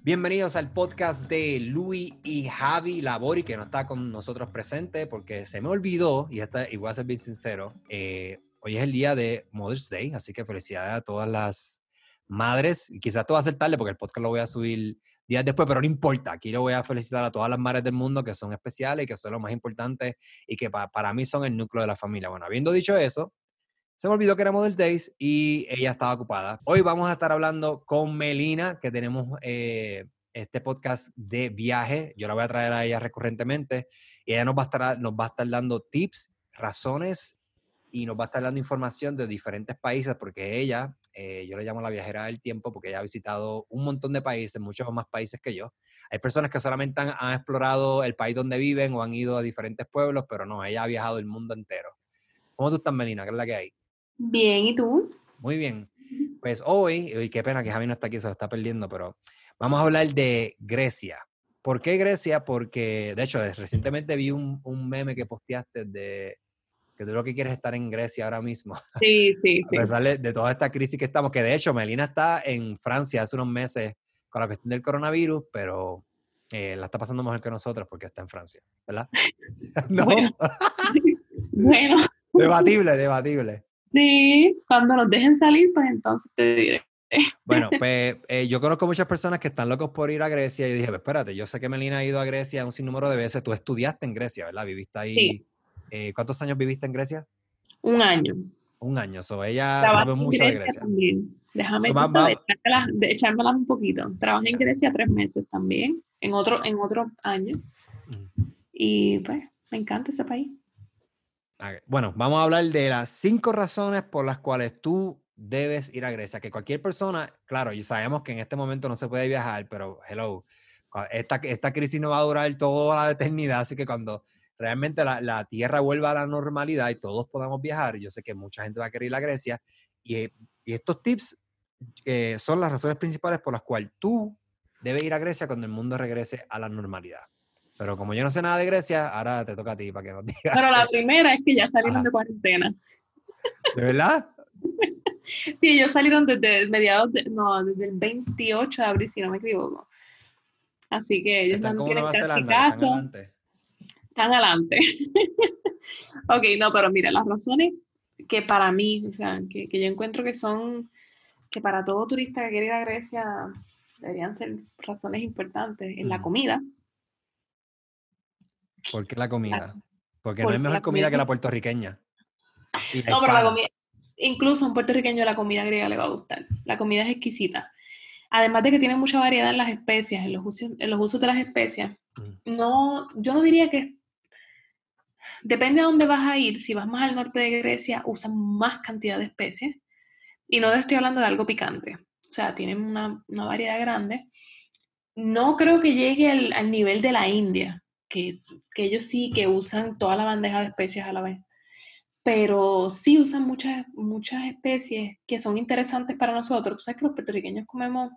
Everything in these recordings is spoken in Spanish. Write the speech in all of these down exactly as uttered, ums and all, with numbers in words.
Bienvenidos al podcast de Luis y Javi Labori, que no está con nosotros presente porque se me olvidó, y, esta, y voy a ser bien sincero, eh, hoy es el día de Mother's Day, así que felicidades a todas las madres. Y quizás esto va a ser tarde porque el podcast lo voy a subir días después, pero no importa. Aquí le voy a felicitar a todas las madres del mundo que son especiales y que son lo más importante y que pa para mí son el núcleo de la familia. Bueno, habiendo dicho eso, se me olvidó que era Mother's Day y ella estaba ocupada. Hoy vamos a estar hablando con Melina, que tenemos eh, este podcast de viaje. Yo la voy a traer a ella recurrentemente y ella nos va a estar, nos va a estar dando tips, razones y nos va a estar dando información de diferentes países porque ella, eh, yo le llamo la viajera del tiempo porque ella ha visitado un montón de países, muchos más países que yo. Hay personas que solamente han, han explorado el país donde viven o han ido a diferentes pueblos, pero no, ella ha viajado el mundo entero. ¿Cómo tú estás, Melina? ¿Qué es la que hay? Bien, ¿y tú? Muy bien. Pues hoy, y qué pena que Javi no está aquí, se lo está perdiendo, pero vamos a hablar de Grecia. ¿Por qué Grecia? Porque, de hecho, recientemente vi un, un meme que posteaste de que tú lo que quieres es estar en Grecia ahora mismo. Sí, sí, A sí. pesar de, de toda esta crisis que estamos, que de hecho Melina está en Francia hace unos meses con la cuestión del coronavirus, pero eh, la está pasando mejor que nosotros porque está en Francia, ¿verdad? Bueno, ¿No? bueno, Debatible, debatible. sí, cuando nos dejen salir, pues entonces te diré. Bueno, pues eh, yo conozco muchas personas que están locos por ir a Grecia y dije, pues espérate, yo sé que Melina ha ido a Grecia un sinnúmero de veces. Tú estudiaste en Grecia, ¿verdad? Viviste Sí, ahí. Eh, ¿cuántos años viviste en Grecia? un año. Un año. So, ella Trabajé sabe en mucho de Grecia Grecia. también. So, Déjame va, tú sabes, va, echármelas, de echármelas un poquito. Trabajé en yeah. Grecia tres meses también, en otro, en otro año. Mm. Y pues, me encanta ese país. Okay. Bueno, vamos a hablar de las cinco razones por las cuales tú debes ir a Grecia. Que cualquier persona, claro, y sabemos que en este momento no se puede viajar, pero hello, esta, esta crisis no va a durar toda la eternidad, así que cuando realmente la, la tierra vuelva a la normalidad y todos podamos viajar, yo sé que mucha gente va a querer ir a Grecia, y, y estos tips eh, son las razones principales por las cuales tú debes ir a Grecia cuando el mundo regrese a la normalidad. Pero como yo no sé nada de Grecia, ahora te toca a ti para que nos digas. Pero la Que, primera es que ya salieron ajá. de cuarentena. ¿De verdad? Sí, ellos salieron desde mediados, de, no, desde el veintiocho de abril, si no me equivoco. Así que ellos Están no como tienen Nueva casi Zelanda, que están caso. adelante. Están adelante. Ok, no, pero mira, las razones que para mí, o sea, que, que yo encuentro que son, que para todo turista que quiere ir a Grecia deberían ser razones importantes, es la Mm. comida. ¿Por qué la La, comida? Porque no hay porque mejor la comida comida que la es... puertorriqueña y la No, pero la hispana. comida, incluso a un puertorriqueño la comida griega le va a gustar. La comida es exquisita. Además de que tiene mucha variedad en las especias, en los usos, en los usos de las especias. Mm. No, yo no diría que depende a dónde vas a ir. Si vas más al norte de Grecia, usan más cantidad de especies. Y no te estoy hablando de algo picante. O sea, tienen una, una variedad grande. No creo que llegue al, al nivel de la India, que, que ellos sí que usan toda la bandeja de especies a la vez. Pero sí usan muchas, muchas especies que son interesantes para nosotros. Tú sabes que los puertorriqueños comemos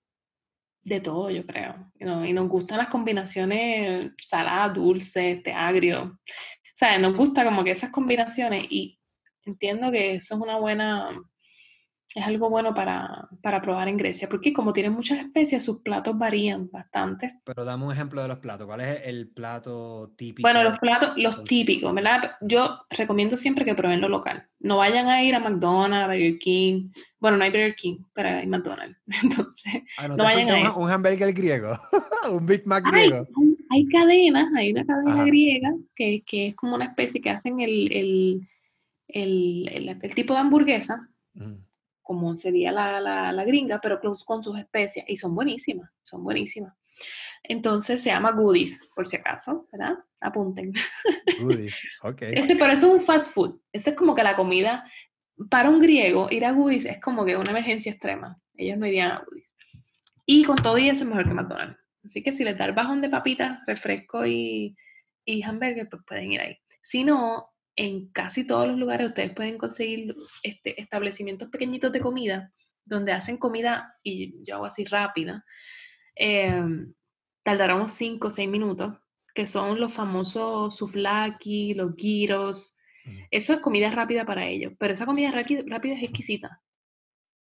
de todo, yo creo. You know, y nos Sí. gustan las combinaciones saladas, dulces, este, agrio. O sea, nos gusta como que esas combinaciones y entiendo que eso es una buena, es algo bueno para, para probar en Grecia, porque como tienen muchas especies, sus platos varían bastante. Pero dame un ejemplo de los platos. ¿Cuál es el plato Bueno, los típico? platos, los Entonces, típicos, ¿verdad? Yo recomiendo siempre que prueben lo local. No vayan a ir a McDonald's, a Burger King. Bueno, no hay Burger King, pero hay McDonald's. Entonces, ah, ¿no no te vayan suelte a un, eso. un hamburger griego? Un Big Mac Hay, griego. hay, hay cadenas, hay una cadena Ajá. griega que, que es como una especie que hacen el, el, el, el, el tipo de hamburguesa, Mm. como sería la, la, la gringa, pero con, con sus especias. Y son buenísimas, son buenísimas. Entonces se llama Goodies, por si acaso, ¿verdad? Apunten. Goodies. Ok. Ese, pero eso es un fast food. Ese es como que la comida, para un griego, ir a Goodies es como que una emergencia extrema. Ellos no irían a Goodies. Y con todo y eso es mejor que McDonald's. Así que si les da el bajón de papitas, refresco y, y hamburger, pues pueden ir ahí. Si no, en casi todos los lugares ustedes pueden conseguir este, establecimientos pequeñitos de comida donde hacen comida, y yo hago así rápida, eh, tardará unos cinco o seis minutos, que son los famosos souvlaki, los gyros. Mm. Eso es comida rápida para ellos, pero esa comida rápida es exquisita.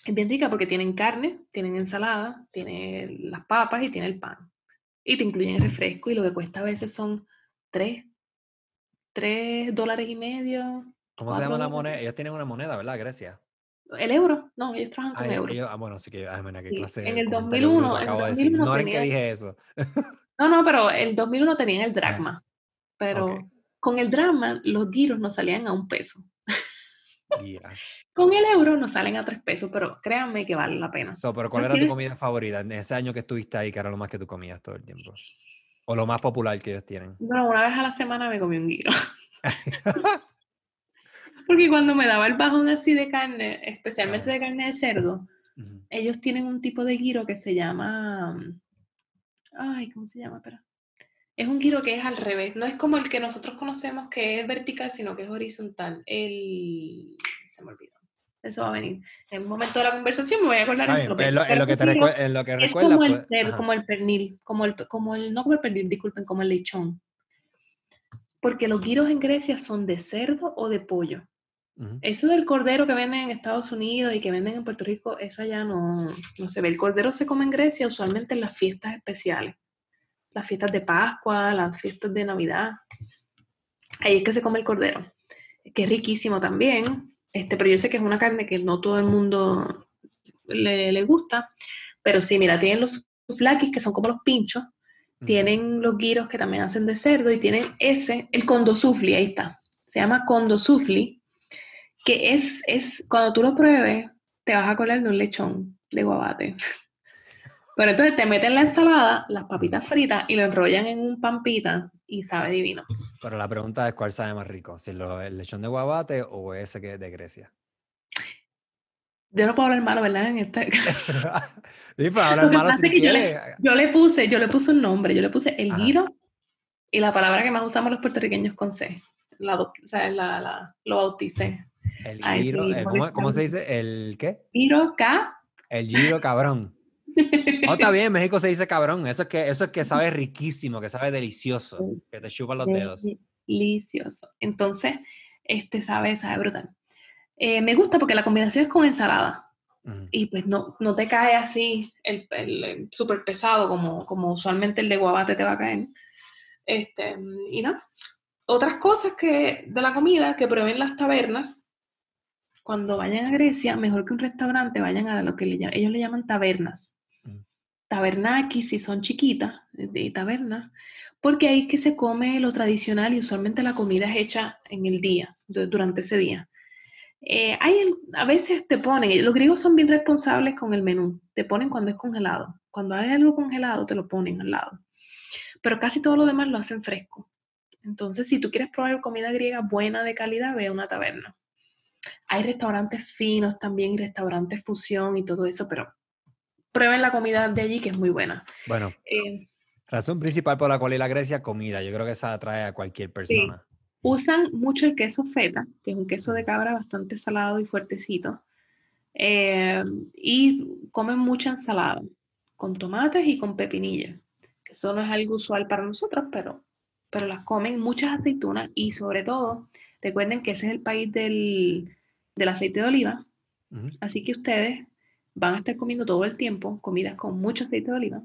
Es bien rica porque tienen carne, tienen ensalada, tiene las papas y tiene el pan. Y te incluyen el refresco y lo que cuesta a veces son tres, tres dólares y medio, ¿Cómo se cuatro llama la dólares. moneda? Ellos tienen una moneda, ¿verdad? Grecia. El euro, no, ellos trabajan Ah, con e- euros. ellos, ah, bueno, sí que, ay, mira, qué Sí. clase En de el comentario bruto 2001, en el acabo de decir. dos mil uno Ignoren que tenían, dije eso. no, no, pero el dos mil uno tenían el Ajá, dracma, ok, pero con el dracma los giros nos salían a un peso. guía. Con el euro nos salen a tres pesos, pero créanme que vale la pena. So, pero ¿cuál Entonces era tu tienes, comida favorita en ese año que estuviste ahí, que era lo más que tú comías todo el tiempo? O lo más popular que ellos tienen. bueno, una vez a la semana me comí un guiro. Porque cuando me daba el bajón así de carne, especialmente Ajá. de carne de cerdo, Ujú. ellos tienen un tipo de guiro que se llama, ay, ¿cómo se llama? Espera. Es un guiro que es al revés, no es como el que nosotros conocemos que es vertical, sino que es horizontal. El, se me olvidó. Eso va a venir. En un momento de la conversación me voy a acordar Está y se bien, lo pues en pego. lo, en Pero lo que ese te giro recue- en lo que es como recuerdas, el pues, cerdo, ajá. como el pernil, como el, como el, no como el pernil, disculpen, como el lechón. Porque los giros en Grecia son de cerdo o de pollo. Ujú. Eso del cordero que venden en Estados Unidos y que venden en Puerto Rico, eso allá no, no se ve. El cordero se come en Grecia usualmente en las fiestas especiales, las fiestas de Pascua, las fiestas de Navidad. Ahí es que se come el cordero, que es riquísimo también, este, pero yo sé que es una carne que no todo el mundo le, le gusta, pero sí, mira, tienen los souvlakis que son como los pinchos, Ujú. tienen los gyros que también hacen de cerdo y tienen ese, el condosufli, ahí está, se llama condosufli, que es, es, cuando tú lo pruebes, te vas a colar de un lechón de guabate. Pero entonces te meten la ensalada, las Ujú. papitas fritas y lo enrollan en un pan pita y sabe divino. Pero la pregunta es cuál sabe más rico, si lo, el lechón de guabate o ese que es de Grecia. Yo no puedo hablar malo, ¿verdad? En este... Sí, pues hablar Lo que malo si pasa tú es que yo quieres. le, yo le puse, yo le puse un nombre, yo le puse el Ajá. guiro y la palabra que más usamos los puertorriqueños con C. La, o sea, la, la, lo bauticé El a ese giro, guiro. eh, Porque ¿cómo, está cómo se bueno. dice? ¿El qué? Giro K. El giro cabrón. Oh, está bien, en México se dice cabrón. Eso es que, eso es que sabe riquísimo, que sabe delicioso, que te chupa los dedos. Delicioso. Entonces, este sabe, sabe brutal. Eh, me gusta porque la combinación es con ensalada. Ujú. Y pues no, no te cae así el, el, el súper pesado como, como usualmente el de guabate te va a caer. Este, y nada. Otras cosas que de la comida que prueben las tabernas, cuando vayan a Grecia, mejor que un restaurante, vayan a lo que le, ellos le llaman tabernas. Ujú. Tabernakis, si son chiquitas, de tabernas, porque ahí es que se come lo tradicional y usualmente la comida es hecha en el día, durante ese día. Eh, hay, a veces te ponen, los griegos son bien responsables con el menú, te ponen cuando es congelado. Cuando hay algo congelado, te lo ponen al lado. Pero casi todo lo demás lo hacen fresco. Entonces, si tú quieres probar comida griega buena, de calidad, ve a una taberna. Hay restaurantes finos también y restaurantes fusión y todo eso, pero prueben la comida de allí que es muy buena. Bueno, Eh, razón principal por la cual ir a Grecia, comida. Yo creo que esa atrae a cualquier sí. persona. Usan mucho el queso feta, que es un queso de Ujú. cabra bastante salado y fuertecito. Eh, y comen mucha ensalada, con tomates y con pepinillas, que eso no es algo usual para nosotros, pero, pero las comen muchas aceitunas y sobre todo, recuerden que ese es el país del, del aceite de oliva, Ujú. así que ustedes van a estar comiendo todo el tiempo comidas con mucho aceite de oliva,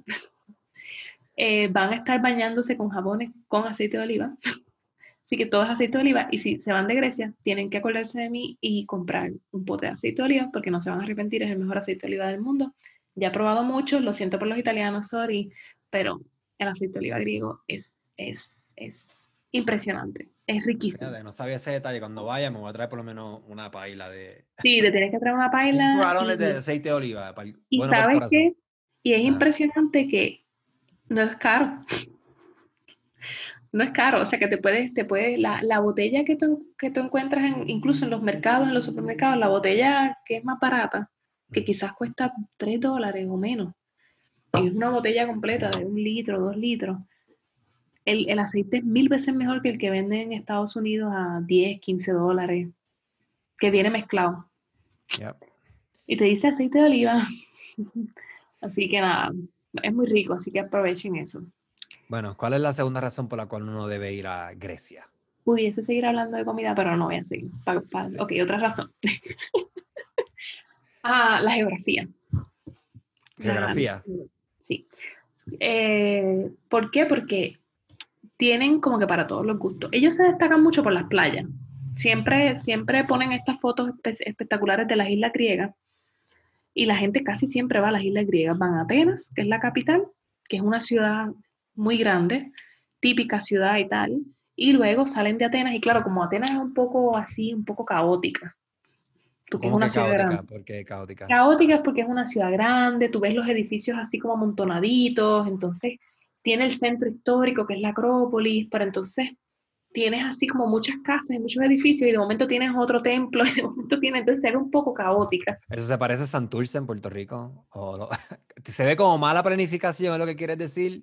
eh, van a estar bañándose con jabones con aceite de oliva, así que todo es aceite de oliva y si se van de Grecia, tienen que acordarse de mí y comprar un pote de aceite de oliva porque no se van a arrepentir, es el mejor aceite de oliva del mundo. Ya he probado mucho, lo siento por los italianos, sorry, pero el aceite de oliva griego es, es, es impresionante, es riquísimo. Fíjate, no sabía ese detalle. Cuando vaya me voy a traer por lo menos una paila de Sí, te tienes que traer una cinco paila galones de y, aceite de oliva. para el- y bueno para el sabes corazón. qué, y es Ajá. impresionante que no es caro. No es caro, o sea que te puedes, te puedes, la, la botella que tú, que tú encuentras en, incluso en los mercados, en los supermercados, la botella que es más barata, que Ujú. quizás cuesta tres dólares o menos, y es una botella completa de un litro, dos litros, el, el aceite es mil veces mejor que el que venden en Estados Unidos a diez, quince dólares, que viene mezclado. Yep. Y te dice aceite de oliva. Así que nada, es muy rico, así que aprovechen eso. Bueno, ¿cuál es la segunda razón por la cual uno debe ir a Grecia? Pudiese seguir hablando de comida, pero no voy a seguir. Pa, pa, Sí. ok, otra razón. Ah, la geografía. Geografía. La, sí. Eh, ¿por qué? Porque tienen como que para todos los gustos. Ellos se destacan mucho por las playas. Siempre, siempre ponen estas fotos espe- espectaculares de las islas griegas y la gente casi siempre va a las islas griegas. Van a Atenas, que es la capital, que es una ciudad muy grande, típica ciudad y tal, y luego salen de Atenas y claro, como Atenas es un poco así, un poco caótica, porque es ¿Cómo una que ciudad caótica? grande. ¿Por qué caótica? Caótica es porque es una ciudad grande, tú ves los edificios así como amontonaditos, entonces tiene el centro histórico que es la Acrópolis, pero entonces tienes así como muchas casas y muchos edificios y de momento tienes otro templo y de momento tienes, entonces se ve un poco caótica. ¿Eso se parece a Santurce en Puerto Rico? ¿O no? ¿Se ve como mala planificación, es lo que quieres decir?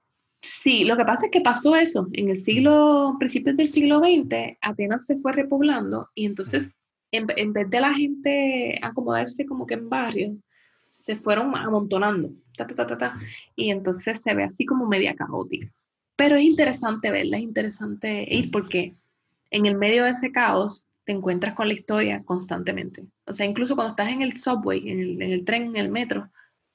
Sí, lo que pasa es que pasó eso. En el Ujú, siglo, principios del siglo veinte, Atenas se fue repoblando y ujú. entonces en, en vez de la gente acomodarse como que en barrios, se fueron amontonando. Ta, ta, ta, ta, ta, y entonces se ve así como media caótica. Pero es interesante verla, es interesante ir porque en el medio de ese caos te encuentras con la historia constantemente. O sea, incluso cuando estás en el subway, en el, en el tren, en el metro,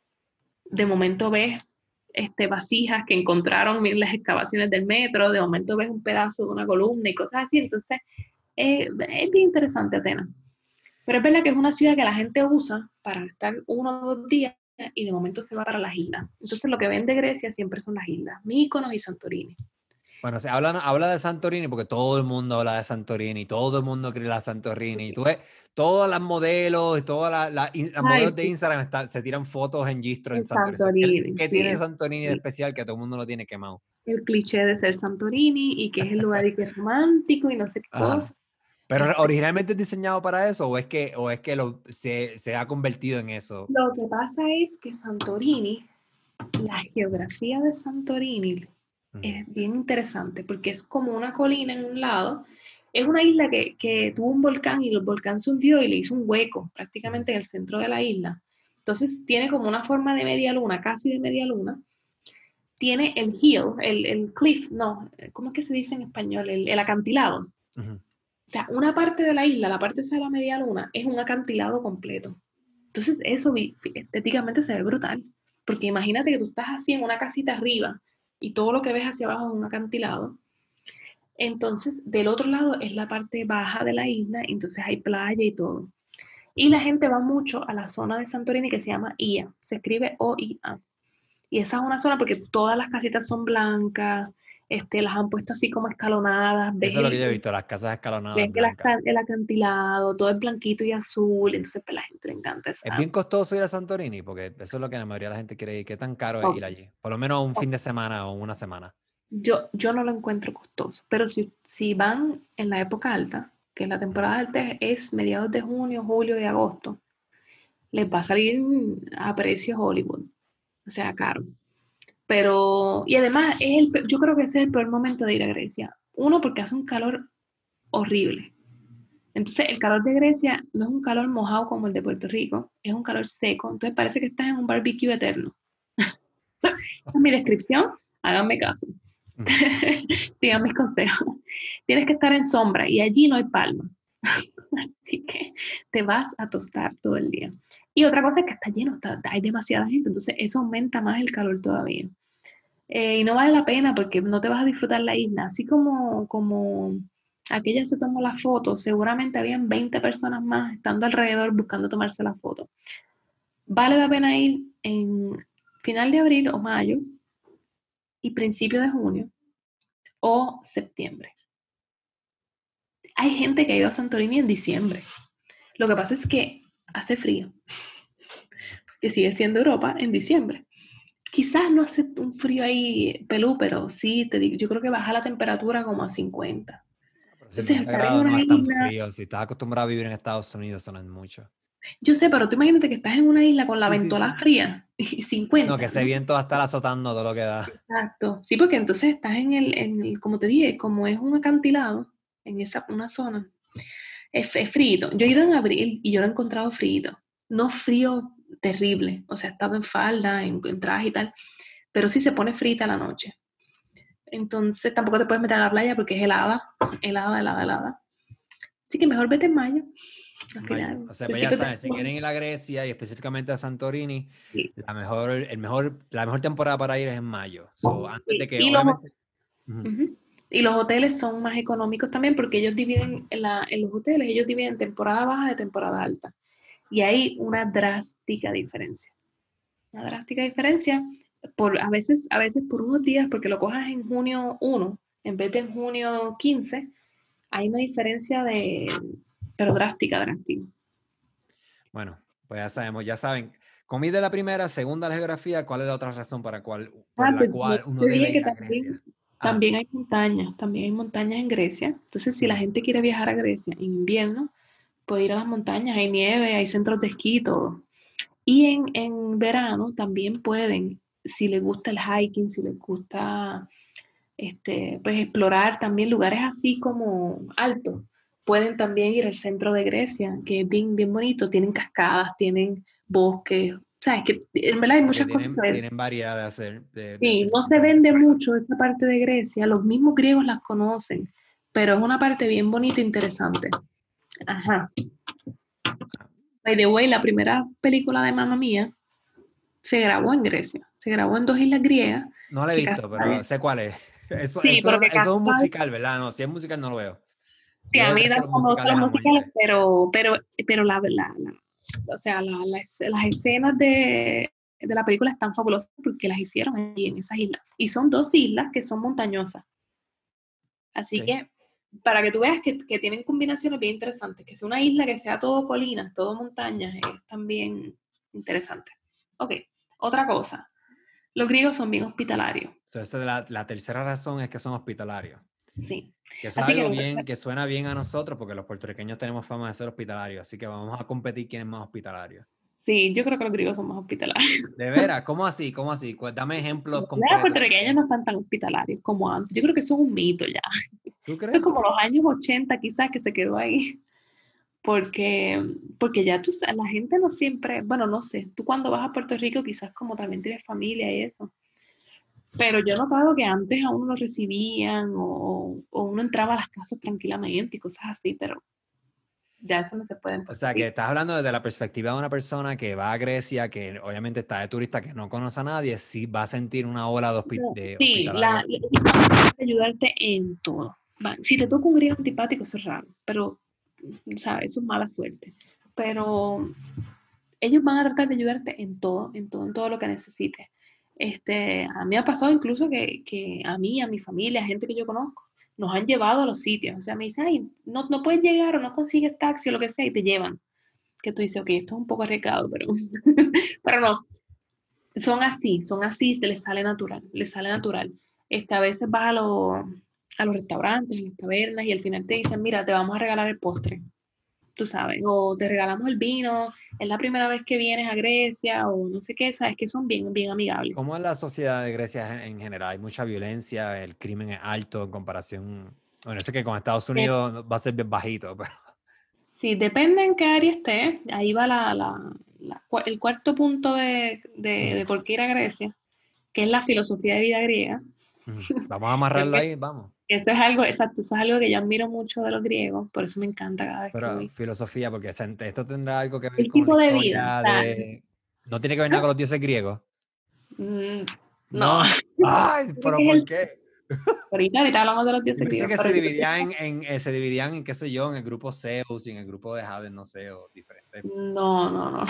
de momento ves este, vasijas que encontraron en las excavaciones del metro, de momento ves un pedazo de una columna y cosas así. Entonces, eh, es bien interesante Atenas. Pero es verdad que es una ciudad que la gente usa para estar uno o dos días y de momento se va para las islas. Entonces, lo que ven de Grecia siempre son las islas, Míconos y Santorini. Bueno, se habla, habla de Santorini porque todo el mundo habla de Santorini, todo el mundo cree la Santorini. Y tú ves, todas las modelos y todas las, las, in- las Ay, modelos de sí, Instagram están- se tiran fotos en Gistro en el Santorini. ¿Qué, Santorini, qué sí. tiene Santorini de Sí. especial que todo el mundo lo tiene quemado? El cliché de ser Santorini y que es el lugar y que es romántico y no sé qué Ajá. cosa. ¿Pero Este, originalmente es diseñado para eso o es que, o es que lo, se, se ha convertido en eso? lo que pasa es que Santorini, la geografía de Santorini Ujú. es bien interesante porque es como una colina en un lado. Es una isla que, que tuvo un volcán y el volcán se hundió y le hizo un hueco Ujú. prácticamente en el centro de la isla. Entonces tiene como una forma de media luna, casi de media luna. Tiene el hill, el, el cliff, no, ¿cómo es que se dice en español? El, el acantilado. Ujú. O sea, una parte de la isla, la parte esa de la media luna, es un acantilado completo. Entonces, eso estéticamente se ve brutal. Porque imagínate que tú estás así en una casita arriba y todo lo que ves hacia abajo es un acantilado. Entonces, del otro lado es la parte baja de la isla, entonces hay playa y todo. Y la gente va mucho a la zona de Santorini que se llama Ia, se escribe O I A. Y esa es una zona porque todas las casitas son blancas, este, las han puesto así como escalonadas, ves Eso es lo que yo he el, visto, las casas escalonadas ves el, blancas. el acantilado, todo es blanquito y azul, entonces pues, la gente le encanta Es esa. bien costoso ir a Santorini porque eso es lo que la mayoría de la gente quiere ir. ¿Qué tan caro es ir Ok, allí? Por lo menos un fin ok. de semana o una semana. Yo, yo no lo encuentro costoso, pero si, si van en la época alta, que la temporada alta es mediados de junio, julio y agosto, les va a salir a precios Hollywood, o sea, caro. Pero, y además, es el, pe- yo creo que ese es el peor momento de ir a Grecia. Uno, porque hace un calor horrible. Entonces, el calor de Grecia no es un calor mojado como el de Puerto Rico, es un calor seco. Entonces, parece que estás en un barbecue eterno. Esa es mi descripción, háganme caso. Ujú. Sigan mis consejos. Tienes que estar en sombra y allí no hay palma. Así que te vas a tostar todo el día. Y otra cosa es que está lleno, está, hay demasiada gente, entonces eso aumenta más el calor todavía. Eh, y no vale la pena porque no te vas a disfrutar la isla. Así como, como aquella se tomó la foto, seguramente habían veinte personas más estando alrededor buscando tomarse la foto. Vale la pena ir en final de abril o mayo y principio de junio o septiembre. Hay gente que ha ido a Santorini en diciembre. Lo que pasa es que hace frío, que sigue siendo Europa en diciembre. Quizás no hace un frío ahí pelú, pero sí, te digo, yo creo que baja la temperatura como a cincuenta. Pero Entonces, cincuenta estar en grados no una es tan isla, frío. Si estás acostumbrado a vivir en Estados Unidos, eso no es mucho. yo sé, pero tú imagínate que estás en una isla con la Sí, sí, ventola sí. fría y No, que cincuenta, ese ¿no? viento va a estar azotando todo lo que da. Exacto. Sí, porque entonces estás en el, en el, como te dije, como es un acantilado, en esa una zona, es, es frío. Yo he ido en abril y yo lo he encontrado frío. No frío terrible, o sea, he estado en falda, en, en traje y tal, pero sí se pone frita la noche. Entonces tampoco te puedes meter a la playa porque es helada, helada, helada, helada. Así que mejor vete en mayo. al Mayo. final. O sea, Los pues ya chicos saben, si de- quieren ir a Grecia y específicamente a Santorini, sí, la mejor, el mejor, la mejor temporada para ir es en mayo. So, antes de sí. que, Y los, obviamente. Ujú. ujú. Y los hoteles son más económicos también porque ellos dividen, en, la, en los hoteles, ellos dividen temporada baja de temporada alta. Y hay una drástica diferencia. Una drástica diferencia, por, a, veces, a veces por unos días, porque lo cojas en junio uno en vez de en junio quince, hay una diferencia de, pero drástica, drástica. Bueno, pues ya sabemos, ya saben. Comida es la primera, segunda la geografía. ¿Cuál es la otra razón para cual, por Ah, la te, cual uno te debe dije que ir a Grecia? también, Ah, también hay montañas, también hay montañas en Grecia. Entonces, si la ujú. gente quiere viajar a Grecia en invierno, puede ir a las montañas, hay nieve, hay centros de esquí, todo. Y en, en verano también pueden, si les gusta el hiking, si les gusta este, pues explorar también lugares así como altos, pueden también ir al centro de Grecia, que es bien, bien bonito, tienen cascadas, tienen bosques, o sea, es que en verdad hay Así que muchas cosas que tienen, ver. tienen variedad de hacer, de, de Sí, hacer no se diferentes vende cosas. mucho esta parte de Grecia, los mismos griegos las conocen, pero es una parte bien bonita e interesante. Ajá. Ah, By the way, la primera película de Mamma Mía se grabó en Grecia, se grabó en dos islas griegas no lo he que casi visto, pero nadie. sé cuál es. Eso, Sí, pero eso, que eso es casi un nadie. musical, ¿verdad? No, si es musical no lo veo. Sí, Yo a mí detesto los tampoco me gustan musicales los a musicales, muerte. pero, pero, pero la, la, la- o sea, la- las, las escenas de, de la película están fabulosas porque las hicieron allí en esas islas. Y son dos islas que son montañosas. Así Ok. que para que tú veas que, que tienen combinaciones bien interesantes, que sea una isla que sea todo colinas, todo montañas, es también interesante. Ok, otra cosa. Los griegos son bien hospitalarios, So, esta es la, la tercera razón es que son hospitalarios. sí. Que eso es Así que algo la bien, tercera- que suena bien a nosotros, porque los puertorriqueños tenemos fama de ser hospitalarios. Así que vamos a competir quién es más hospitalario. sí, yo creo que los griegos son más hospitalarios. De veras, ¿cómo así? ¿Cómo así? Cu- Dame ejemplos Los concretos. puertorriqueños no están tan hospitalarios como antes. Yo creo que eso es un mito ya. ¿Tú Eso es crees? como los años ochenta quizás que se quedó ahí. Porque, porque ya tú, sa- la gente no siempre, bueno, no sé, tú cuando vas a Puerto Rico quizás como también tienes familia y eso, pero yo he notado que antes a uno lo recibían o, o uno entraba a las casas tranquilamente y cosas así, pero ya eso no se puede en O Puerto sea, que Rico. estás hablando desde la perspectiva de una persona que va a Grecia, que obviamente está de turista, que no conoce a nadie, sí va a sentir una ola de, hospi- No, de sí, la, hospitalario. la- van a ayudarte en todo. Va, si te Ujú. toca un griego antipático, eso es raro, pero, o sea, eso es mala suerte. Pero ellos van a tratar de ayudarte en todo, en todo, en todo lo que necesites. Este, a mí me ha pasado incluso que, que a mí, a mi familia, a gente que yo conozco, nos han llevado a los sitios. O sea, me dicen, ay, no, no puedes llegar o no consigues taxi o lo que sea, y te llevan. Que tú dices, ok, esto es un poco arriesgado, pero, pero no, son así, son así, se les sale natural, les sale natural. Este, a veces vas a, los a los restaurantes, a las tabernas, y al final te dicen, mira, te vamos a regalar el postre, tú sabes, o te regalamos el vino, es la primera vez que vienes a Grecia, o no sé qué, sabes que son bien, bien amigables. ¿Cómo es la sociedad de Grecia en en general? Hay mucha violencia, el crimen es alto en comparación. Bueno, sé que con Estados Eh, Unidos va a ser bien bajito, pero sí, depende en qué área estés, ahí va la, la, la, el cuarto punto de, de, de ujú, por qué ir a Grecia, que es la filosofía de vida griega. ujú. Vamos a Creo amarrarlo que ahí, vamos. eso es algo, exacto, eso es algo que yo admiro mucho de los griegos, por eso me encanta cada vez que Pero voy. filosofía, porque se- esto tendrá algo que ver El con la tipo de vida, o historia sea, de... No tiene que ver nada con los dioses griegos. mm, no, No. Ay, creo pero que es ¿por el, qué? ahorita, ahorita hablamos de los Yo dioses pensé griegos, que pero se yo creo que dividían en, eh, se dividían en, qué sé yo, en el grupo Zeus y en el grupo de Hades, no sé, o diferentes. no, no, no,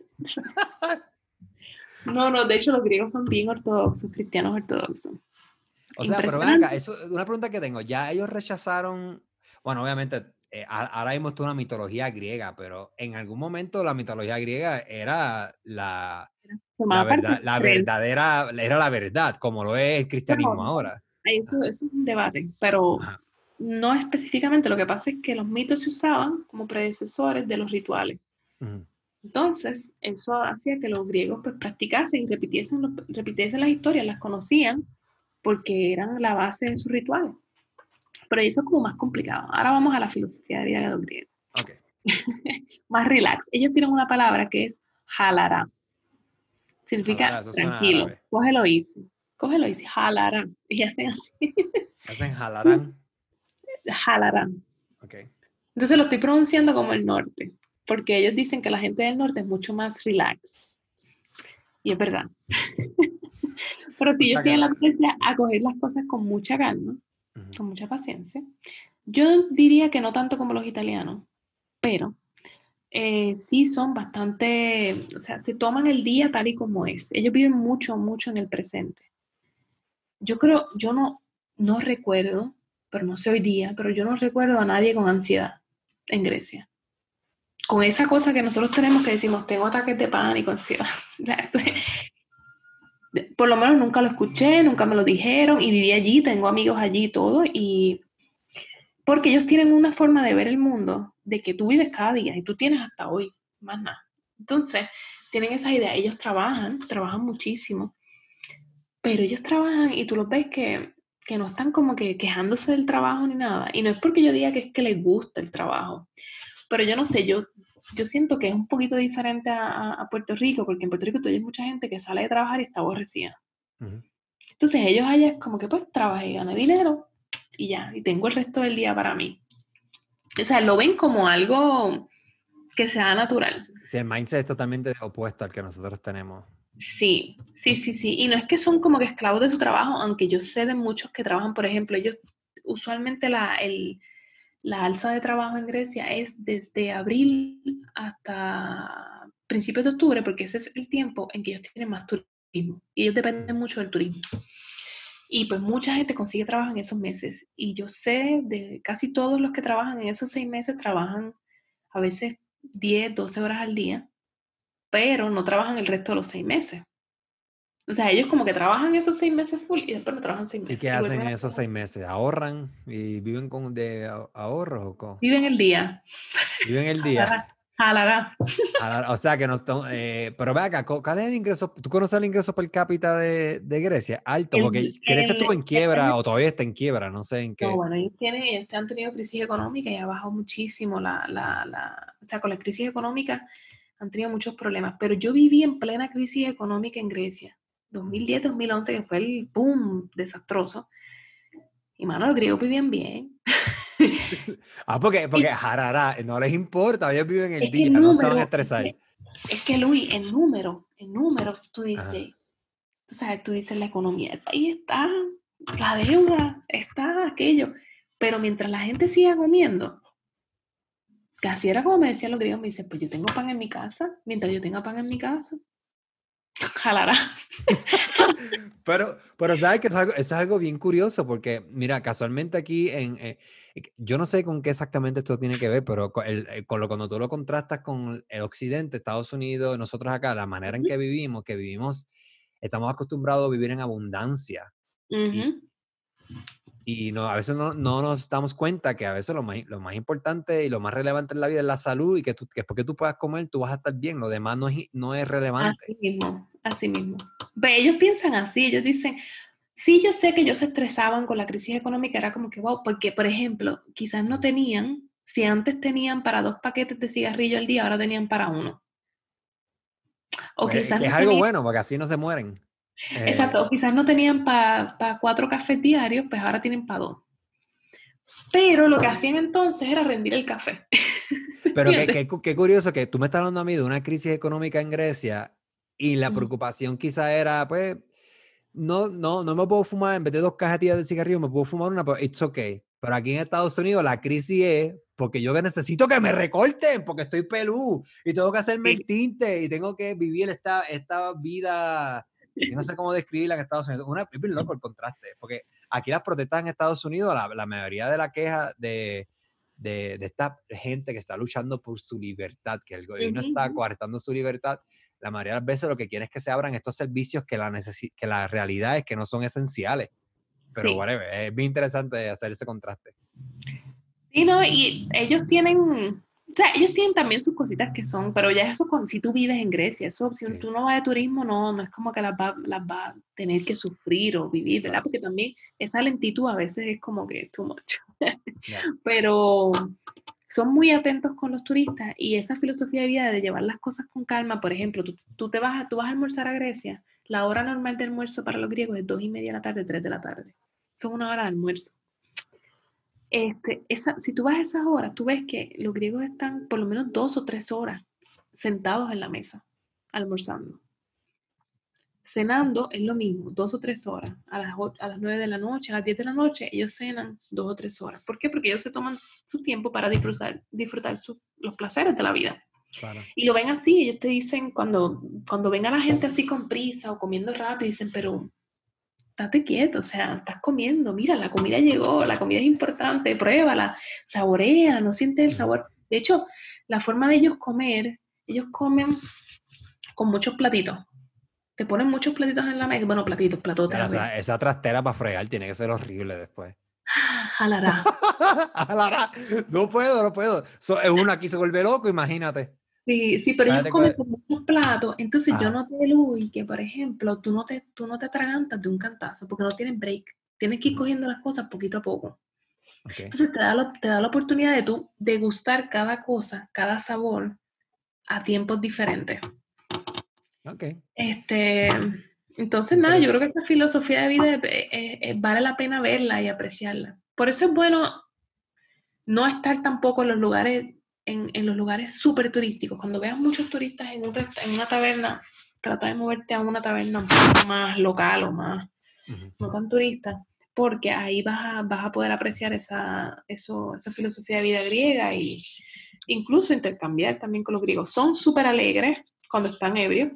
no, no, de hecho los griegos son bien ortodoxos, cristianos ortodoxos, O sea, pero ven acá, impresionante. eso, una pregunta que tengo, ya ellos rechazaron, bueno, obviamente, eh, a- ahora mismo es una mitología griega, pero en algún momento la mitología griega era la, la Formaba parte verdad, de la Israel. verdadera, era la verdad, como lo es el Bueno, cristianismo no, ahora. eso, Ajá, eso es un debate, pero ajá, no específicamente. Lo que pasa es que los mitos se usaban como predecesores de los rituales. ujú, Entonces, eso hacía que los griegos pues practicasen y repitiesen, los- repitiesen las historias, las conocían porque eran la base de sus rituales. Pero eso es como más complicado. Ahora vamos a la filosofía de vida de los griegos. ok. Más relax. Ellos tienen una palabra que es halara. Jalara, Significa eso suena tranquilo. árabe. Cógelo easy. Cógelo easy. Halara. Y hacen así. Hacen jalarán, Halara. ok. Entonces lo estoy pronunciando como el norte. porque ellos dicen que la gente del norte es mucho más relax. Y es verdad. Pero O si sea ellos que... tienen la tendencia a coger las cosas con mucha calma, Ujú. con mucha paciencia, yo diría que no tanto como los italianos, pero eh, sí son bastante, o sea, se toman el día tal y como es. Ellos viven mucho, mucho en el presente. Yo creo, yo no, no recuerdo, pero no sé hoy día, pero yo no recuerdo a nadie con ansiedad en Grecia. Con esa cosa que nosotros tenemos que decimos, tengo ataques de pánico, ansiedad. Ajá. Por lo menos nunca lo escuché, nunca me lo dijeron y viví allí, tengo amigos allí y todo, y porque ellos tienen una forma de ver el mundo de que tú vives cada día y tú tienes hasta hoy, más nada. Entonces, tienen esa idea, ellos trabajan, trabajan muchísimo, pero ellos trabajan y tú los ves que, que no están como que quejándose del trabajo ni nada. Y no es porque yo diga que es que les gusta el trabajo, pero yo no sé, yo, yo siento que es un poquito diferente a, a Puerto Rico, porque en Puerto Rico tú oyes mucha gente que sale de trabajar y está aborrecida. Ujú. Entonces ellos allá es como que pues trabajé y gané dinero y ya, y tengo el resto del día para mí. O sea, lo ven como algo que sea natural. Sí, el mindset es totalmente opuesto al que nosotros tenemos. Sí, sí, sí, sí. Y no es que son como que esclavos de su trabajo, aunque yo sé de muchos que trabajan, por ejemplo, ellos, usualmente la, el, la alza de trabajo en Grecia es desde abril hasta principios de octubre, porque ese es el tiempo en que ellos tienen más turismo. Y ellos dependen Ujú. mucho del turismo. Y pues mucha gente consigue trabajo en esos meses. Y yo sé de casi todos los que trabajan en esos seis meses, trabajan a veces diez, doce horas al día, pero no trabajan el resto de los seis meses. O sea, ellos como que trabajan esos seis meses full y después no trabajan seis ¿Y meses. qué Y hacen vuelven en a esos trabajar. seis meses? ¿Ahorran y viven con de a- ahorros o cómo? Viven el día. Viven el día. Jalará, jalará. A la- O sea que no están, eh, pero ve acá, co- ¿cuál es el ingreso? ¿Tú conoces el ingreso per cápita de, de Grecia? Alto, porque El, Grecia el, estuvo en quiebra o todavía está en quiebra, no sé en no, qué. bueno, ellos, tienen, ellos han tenido crisis económica y ha bajado muchísimo la, la, la, o sea, con la crisis económica han tenido muchos problemas, pero yo viví en plena crisis económica en Grecia, dos mil diez-dos mil once, que fue el boom desastroso, y mano, los griegos vivían bien. Ah, porque, porque Y jarará, no les importa, ellos viven el es que día, el no se van a número, es estresar. que, es que Luis, el número, el número, tú Ajá. dices, tú sabes, tú dices, la economía del país está, la deuda está, aquello, pero mientras la gente siga comiendo, casi era como me decían los griegos, me dicen, pues yo tengo pan en mi casa, mientras yo tenga pan en mi casa, jalará. Pero, pero sabes que eso es algo, eso es algo bien curioso porque, mira, casualmente aquí en, eh, eh, yo no sé con qué exactamente esto tiene que ver, pero con, el, eh, con lo, cuando tú lo contrastas con el occidente, Estados Unidos, nosotros acá, la manera en que vivimos, que vivimos, estamos acostumbrados a vivir en abundancia y, Ujú. y no, a veces no, no nos damos cuenta que a veces lo más, lo más importante y lo más relevante en la vida es la salud y que, tú, que porque tú puedas comer, tú vas a estar bien, lo demás no es, no es relevante. Así mismo, así mismo. Ve, ellos piensan así, ellos dicen, sí, yo sé que ellos se estresaban con la crisis económica, era como que, wow, porque, por ejemplo, quizás no tenían, si antes tenían para dos paquetes de cigarrillo al día, ahora tenían para uno. O Pues, quizás que no es algo tenían, bueno, porque así no se mueren. exacto, Eh, o quizás no tenían para pa cuatro cafés diarios, pues ahora tienen para dos. Pero lo que hacían entonces era rendir el café. pero qué, ¿Entiendes? qué, cu- qué curioso que tú me estás hablando a mí de una crisis económica en Grecia y la Mm. preocupación quizá era, pues, no, no, no me puedo fumar, en vez de dos cajetillas de cigarrillo, me puedo fumar una, pero it's okay. Pero aquí en Estados Unidos la crisis es porque yo que necesito que me recorten, porque estoy pelú y tengo que hacerme el Sí. tinte y tengo que vivir esta, esta vida, yo no sé cómo describirla en Estados Unidos. Una, es bien loco el contraste, porque aquí las protestas en Estados Unidos, la, la mayoría de la queja de, de, de esta gente que está luchando por su libertad, que el gobierno está Ujú. coartando su libertad, la mayoría de las veces lo que quieren es que se abran estos servicios que la, que la realidad es que no son esenciales. Pero Sí. whatever, es bien interesante hacer ese contraste. Sí, no, y ellos tienen, o sea, ellos tienen también sus cositas que son, pero ya eso con, si tú vives en Grecia, eso, si Sí, tú no vas de turismo, no, no es como que las va, las va a tener que sufrir o vivir, ¿verdad? claro. Porque también esa lentitud a veces es como que too much. Yeah. Pero son muy atentos con los turistas y esa filosofía de vida de llevar las cosas con calma, por ejemplo, tú, tú te vas a, tú vas a almorzar a Grecia, la hora normal de almuerzo para los griegos es dos y media de la tarde, tres de la tarde. Son una hora de almuerzo. Este, esa, si tú vas a esas horas, tú ves que los griegos están por lo menos dos o tres horas sentados en la mesa, almorzando. Cenando es lo mismo, dos o tres horas. A las, a las nueve de la noche, a las diez de la noche, ellos cenan dos o tres horas. ¿Por qué? Porque ellos se toman su tiempo para disfrutar, disfrutar su, los placeres de la vida. Claro. Y lo ven así, ellos te dicen, cuando, cuando ven a la gente así con prisa o comiendo rápido, dicen, pero estate quieto, o sea, estás comiendo, mira, la comida llegó, la comida es importante, pruébala, saborea, no sientes el sabor. De hecho, la forma de ellos comer, ellos comen con muchos platitos. Te ponen muchos platitos en la mesa, bueno, platitos, platotes. Pero, o sea, esa trastera para fregar tiene que ser horrible después. Jalará. Jalará. No puedo, no puedo. So, uno aquí se vuelve loco, imagínate. Sí, sí, pero ellos Fíjate comen que- con muchos platos. Entonces yo Ajá. noté, Luis, que por ejemplo, tú no, te, tú no te atragantas de un cantazo porque no tienen break. Tienes que ir cogiendo las cosas poquito a poco. Okay. Entonces te da, lo, te da la oportunidad de tú degustar cada cosa, cada sabor a tiempos diferentes. Ok. Este, entonces, nada, yo creo que esa filosofía de vida eh, eh, vale la pena verla y apreciarla. Por eso es bueno no estar tampoco en los lugares, en, en los lugares súper turísticos. Cuando veas muchos turistas en, un resta- en una taberna, trata de moverte a una taberna un poco más local o más, Uh-huh. no tan turista, porque ahí vas a, vas a poder apreciar esa, eso, esa filosofía de vida griega y incluso intercambiar también con los griegos. Son súper alegres cuando están ebrios.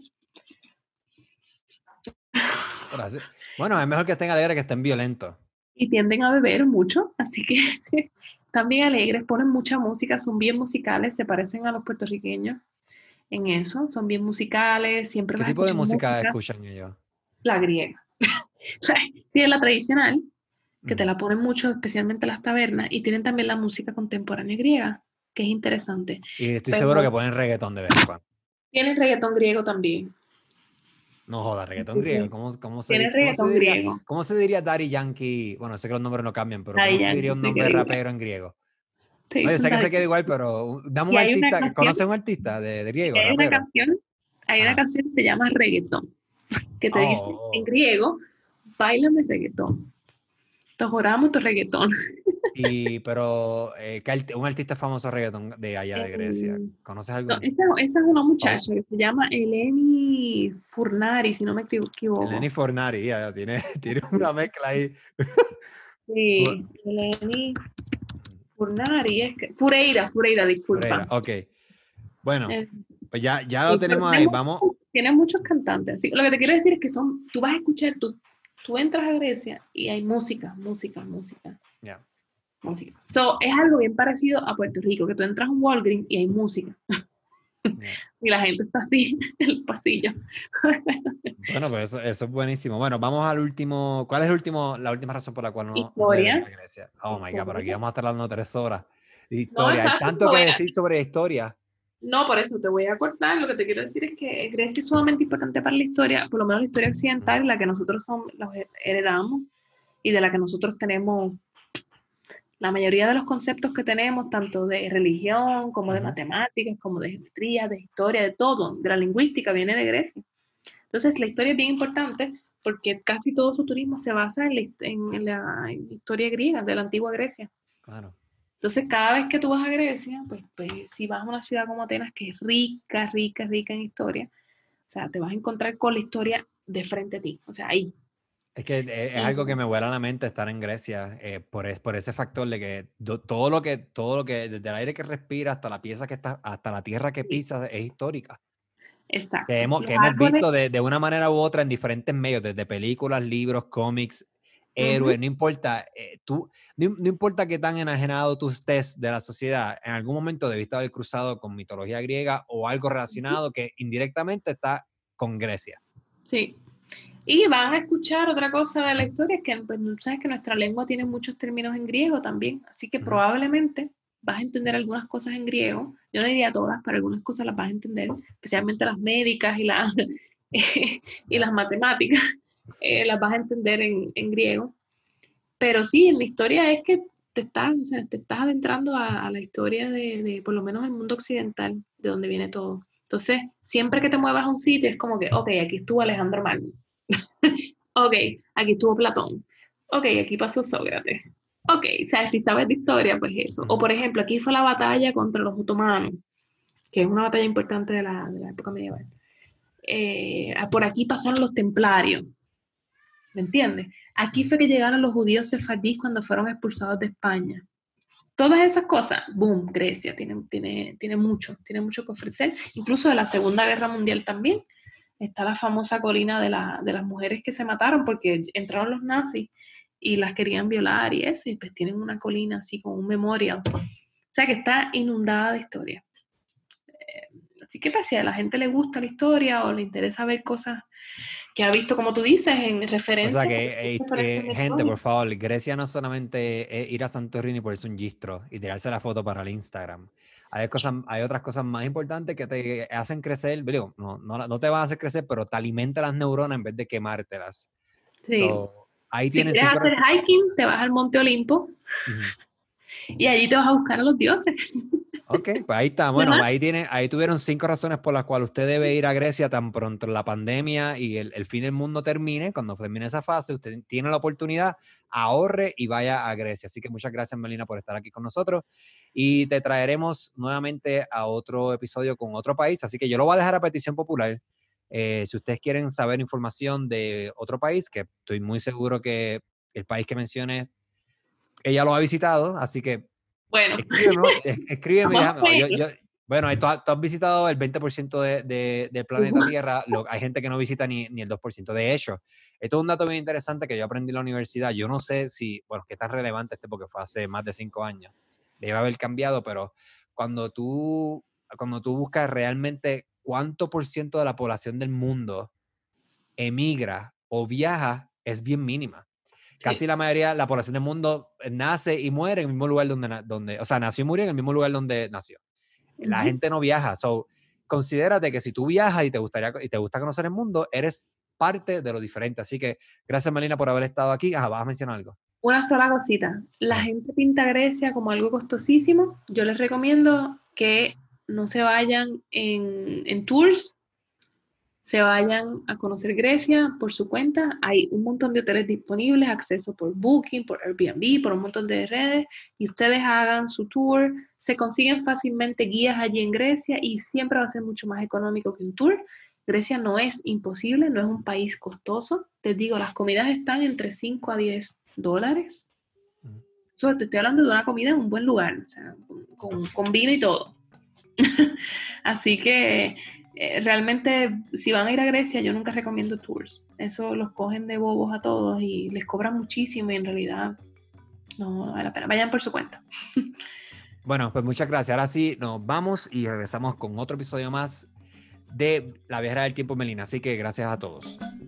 Gracias. Bueno, es mejor que estén alegres que estén violentos. Y tienden a beber mucho, así que están bien alegres, ponen mucha música, son bien musicales, se parecen a los puertorriqueños en eso, son bien musicales, siempre ¿Qué vas a tipo de escuchar música, música, escuchan ellos? la griega. Tienen la tradicional, que te Uh-huh. la ponen mucho, especialmente las tabernas, y tienen también la música contemporánea griega, que es interesante. Y estoy Pero seguro que ponen reggaetón de vez en cuando. tienen reggaetón griego también. No joda, reggaetón Así griego. que ¿Cómo, cómo se tienen dice? ¿Cómo se reggaetón diría? griego. ¿Cómo se diría Daddy Yankee? Bueno, sé que los nombres no cambian, pero Daddy ¿cómo se diría Yankee, un sí que nombre digo. rapero en griego? Te No, yo dicen sé que Daddy se queda Yankee. igual, pero dame Y un hay una artista. canción, ¿Conoces un artista de, de griego, hay una rapero? canción, hay una Ajá. canción que se llama reggaetón, que te dice Oh, en oh. griego, bailame reggaetón. Te juramos tu reggaetón. Y, pero, eh, ¿qué art- un artista famoso reggaetón de allá de Grecia. Eh, ¿Conoces no, alguno? esa, esa es una Oh, muchacha que se llama Eleni Furnari, si no me equivo- Eleni equivoco. Fornari, ya, ya, tiene, tiene una mezcla ahí. Fu- Sí, Eleni Furnari, es que, Fureira, Fureira, Moreira, disculpa. ok. Bueno, Eh, pues ya, ya lo sí, pero tenemos tiene, ahí. Vamos. muchos, tiene muchos cantantes. Así, lo que te quiero decir es que son, tú vas a escuchar, tú, tú entras a Grecia y hay música, música, música. Ya. música. So, es algo bien parecido a Puerto Rico, que tú entras a un Walgreens y hay música. Ya. Y la gente está así en el pasillo. Bueno, pues eso, eso es buenísimo. Bueno, vamos al último. ¿Cuál es el último, la última razón por la cual uno, uno debería ir Historia. a Grecia? Oh my God, pero aquí Historia. vamos a estar hablando tres horas de No, historia. Hay exacto, tanto no, que voy a- decir sobre historia. no, por eso te voy a cortar. Lo que te quiero decir es que Grecia es sumamente importante para la historia, por lo menos la historia Mm. occidental, la que nosotros son, los heredamos y de la que nosotros tenemos la mayoría de los conceptos que tenemos, tanto de religión como de Ujú. matemáticas, como de geometría, de historia, de todo, de la lingüística, viene de Grecia. Entonces, la historia es bien importante porque casi todo su turismo se basa en la, en la historia griega, de la antigua Grecia. Claro. Entonces, cada vez que tú vas a Grecia, pues, pues si vas a una ciudad como Atenas, que es rica, rica, rica en historia, o sea, te vas a encontrar con la historia de frente a ti, o sea, ahí. Es que eh, es algo que Y, me vuela a la mente estar en Grecia, eh, por, es- por ese factor de que do- todo lo que, todo lo que, desde el aire que respira hasta la pieza que está, hasta la tierra que sí, pisas es histórica. Que exacto. hemos, Los que hemos árboles, visto de, de una manera u otra en diferentes medios, desde películas, libros, cómics, uh-huh, héroes, no importa, eh, tú, no, no importa qué tan enajenado tú estés de la sociedad, en algún momento debiste haber cruzado con mitología griega o algo uh-huh, relacionado que indirectamente está con Grecia. sí. Y vas a escuchar otra cosa de la historia, que pues, sabes que nuestra lengua tiene muchos términos en griego también, así que Ujú. probablemente vas a entender algunas cosas en griego. Yo no diría todas, pero algunas cosas las vas a entender, especialmente las médicas y, la, y Ya. las matemáticas, eh, las vas a entender en, en griego. Pero sí, en la historia es que te estás, o sea, te estás adentrando a, a la historia de, de, por lo menos el mundo occidental, de donde viene todo. Entonces, siempre que te muevas a un sitio es como que, ok, aquí estuvo Alejandro Magno. Ok, aquí estuvo Platón. Ok, aquí pasó Sócrates. Ok, o sea, si sabes de historia, pues eso. O Ujú. por ejemplo, aquí fue la batalla contra los otomanos, que es una batalla importante de la, de la época medieval. Eh, por aquí pasaron los templarios, ¿me entiendes? Aquí Ujú. fue que llegaron los judíos sefardíes cuando fueron expulsados de España. Todas esas cosas, boom, Grecia tiene, tiene, tiene mucho, tiene mucho que ofrecer. Incluso de la Segunda Guerra Mundial también. Está la famosa colina de, la, de las mujeres que se mataron porque entraron los nazis y las querían violar y eso, y pues tienen una colina así con un memorial. O sea que está inundada de historia. Así que pues, si a la gente le gusta la historia o le interesa ver cosas que ha visto, como tú dices, en O sea referencia, que, eh, referencia en eh, la gente, historia. por favor, Grecia no solamente es ir a Santorini por irse un gistro y tirarse la foto para el Instagram. Hay cosas, hay otras cosas más importantes que te hacen crecer, digo, no, no, no te van a hacer crecer, pero te alimentan las neuronas en vez de quemártelas. Sí. So, ahí Si tienen quieres su hacer corazón. hiking, te vas al Monte Olimpo Ujú. y allí te vas a buscar a los dioses. Ok, pues ahí está. Bueno, Ajá. ahí tiene, ahí tuvieron cinco razones por las cuales usted debe ir a Grecia tan pronto la pandemia y el, el fin del mundo termine. Cuando termine esa fase, usted tiene la oportunidad, ahorre y vaya a Grecia. Así que muchas gracias, Melina, por estar aquí con nosotros. Y te traeremos nuevamente a otro episodio con otro país. Así que yo lo voy a dejar a petición popular. Eh, si ustedes quieren saber información de otro país, que estoy muy seguro que el país que mencione, ella lo ha visitado, así que Bueno, escríbeme, es- escríbeme y vamos déjame. a No, yo, verlo. yo, bueno, tú, has tú has visitado el veinte por ciento de, de, del planeta Igual. Tierra. Lo, hay gente que no visita ni, ni el dos por ciento. De hecho, esto es un dato bien interesante que yo aprendí en la universidad. Yo no sé si, bueno, qué tan relevante este, porque fue hace más de cinco años. Debe haber cambiado, pero cuando tú, cuando tú buscas realmente cuánto por ciento de la población del mundo emigra o viaja, es bien mínima. Casi Sí. la mayoría, la población del mundo nace y muere en el mismo lugar donde, donde, o sea, nació y murió en el mismo lugar donde nació. La Ujú. gente no viaja. So, considérate que si tú viajas y te gustaría y te gusta conocer el mundo, eres parte de lo diferente. Así que gracias, Melina, por haber estado aquí. Ajá, vas a mencionar algo. Una sola cosita. La Ajá. gente pinta Grecia como algo costosísimo. Yo les recomiendo que no se vayan en, en tours, se vayan a conocer Grecia por su cuenta. Hay un montón de hoteles disponibles, acceso por Booking, por Airbnb, por un montón de redes, y ustedes hagan su tour. Se consiguen fácilmente guías allí en Grecia y siempre va a ser mucho más económico que un tour. Grecia no es imposible, no es un país costoso. Les digo, las comidas están entre cinco a diez dólares. Ujú. So, te estoy hablando de una comida en un buen lugar, o sea, con, con, con vino y todo. Así que eh, realmente si van a ir a Grecia, yo nunca recomiendo tours. Eso los cogen de bobos a todos y les cobran muchísimo y en realidad no vale la pena. Vayan por su cuenta. Bueno, pues muchas gracias. Ahora sí, nos vamos y regresamos con otro episodio más de La Viajera del Tiempo, Melina. Así que gracias a todos.